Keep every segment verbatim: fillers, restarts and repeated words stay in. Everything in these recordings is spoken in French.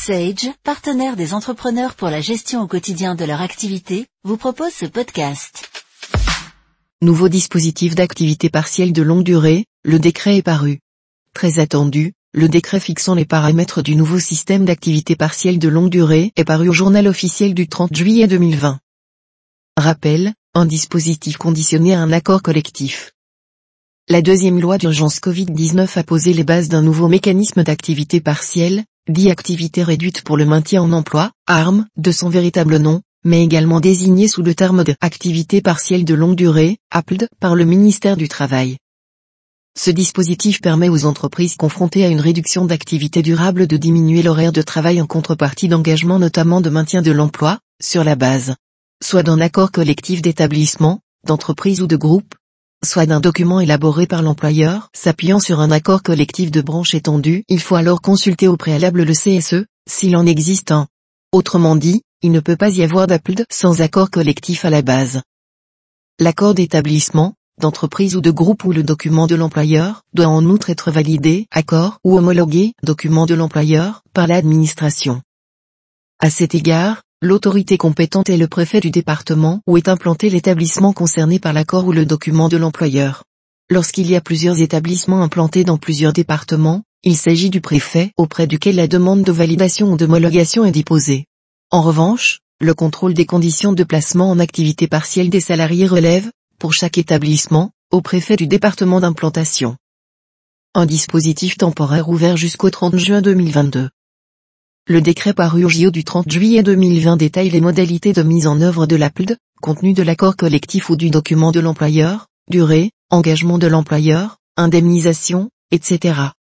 Sage, partenaire des entrepreneurs pour la gestion au quotidien de leur activité, vous propose ce podcast. Nouveau dispositif d'activité partielle de longue durée, le décret est paru. Très attendu, le décret fixant les paramètres du nouveau système d'activité partielle de longue durée est paru au journal officiel du trente juillet deux mille vingt. Rappel, un dispositif conditionné à un accord collectif. La deuxième loi d'urgence covid dix-neuf a posé les bases d'un nouveau mécanisme d'activité partielle, dit activité réduite pour le maintien en emploi, A R M, de son véritable nom, mais également désigné sous le terme de activité partielle de longue durée, A P L D, par le ministère du Travail. Ce dispositif permet aux entreprises confrontées à une réduction d'activité durable de diminuer l'horaire de travail en contrepartie d'engagements notamment de maintien de l'emploi, sur la base soit d'un accord collectif d'établissement, d'entreprise ou de groupe, soit d'un document élaboré par l'employeur s'appuyant sur un accord collectif de branche étendu. Il faut alors consulter au préalable le C S E, s'il en existe un. Autrement dit, il ne peut pas y avoir d'A P L D sans accord collectif à la base. L'accord d'établissement, d'entreprise ou de groupe ou le document de l'employeur doit en outre être validé, accord ou homologué, document de l'employeur, par l'administration. À cet égard, l'autorité compétente est le préfet du département où est implanté l'établissement concerné par l'accord ou le document de l'employeur. Lorsqu'il y a plusieurs établissements implantés dans plusieurs départements, il s'agit du préfet auprès duquel la demande de validation ou d'homologation est déposée. En revanche, le contrôle des conditions de placement en activité partielle des salariés relève, pour chaque établissement, au préfet du département d'implantation. Un dispositif temporaire ouvert jusqu'au trente juin deux mille vingt-deux. Le décret paru au J O du trente juillet deux mille vingt détaille les modalités de mise en œuvre de l'A P L D, contenu de l'accord collectif ou du document de l'employeur, durée, engagement de l'employeur, indemnisation, et cetera.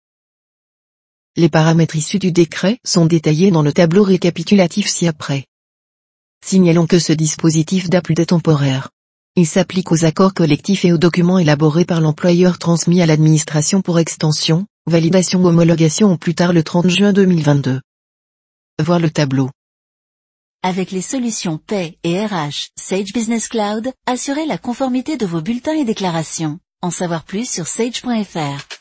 Les paramètres issus du décret sont détaillés dans le tableau récapitulatif ci-après. Signalons que ce dispositif d'A P L D est temporaire. Il s'applique aux accords collectifs et aux documents élaborés par l'employeur transmis à l'administration pour extension, validation ou homologation au plus tard le trente juin deux mille vingt-deux. Voir le tableau. Avec les solutions Paie et R H Sage Business Cloud, assurez la conformité de vos bulletins et déclarations. En savoir plus sur sage point f r.